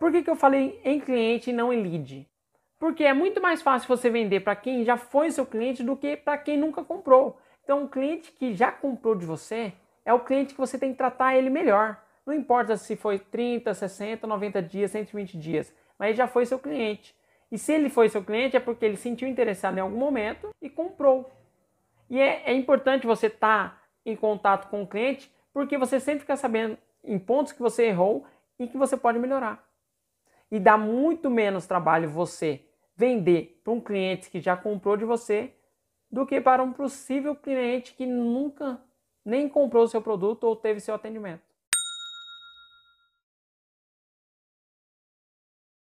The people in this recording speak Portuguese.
Por que eu falei em cliente e não em lead? Porque é muito mais fácil você vender para quem já foi seu cliente do que para quem nunca comprou. Então, o cliente que já comprou de você é o cliente que você tem que tratar ele melhor. Não importa se foi 30, 60, 90 dias, 120 dias, mas ele já foi seu cliente. E se ele foi seu cliente é porque ele se sentiu interessado em algum momento e comprou. E é importante você estar em contato com o cliente porque você sempre fica sabendo em pontos que você errou e que você pode melhorar. E dá muito menos trabalho você vender para um cliente que já comprou de você do que para um possível cliente que nunca nem comprou o seu produto ou teve seu atendimento.